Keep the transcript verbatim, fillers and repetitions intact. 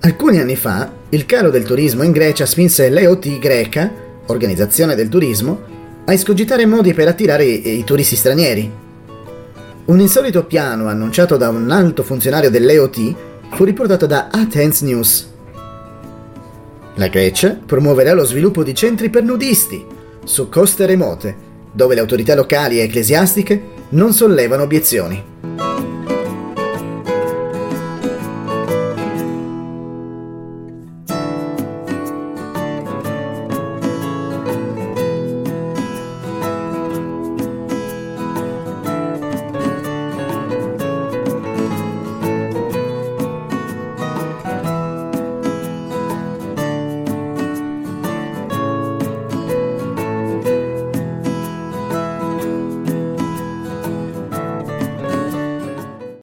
Alcuni anni fa, il calo del turismo in Grecia spinse l'E O T greca, Organizzazione del Turismo, a escogitare modi per attirare i, i turisti stranieri. Un insolito piano annunciato da un alto funzionario dell'E O T fu riportato da Athens News. La Grecia promuoverà lo sviluppo di centri per nudisti su coste remote, dove le autorità locali e ecclesiastiche non sollevano obiezioni.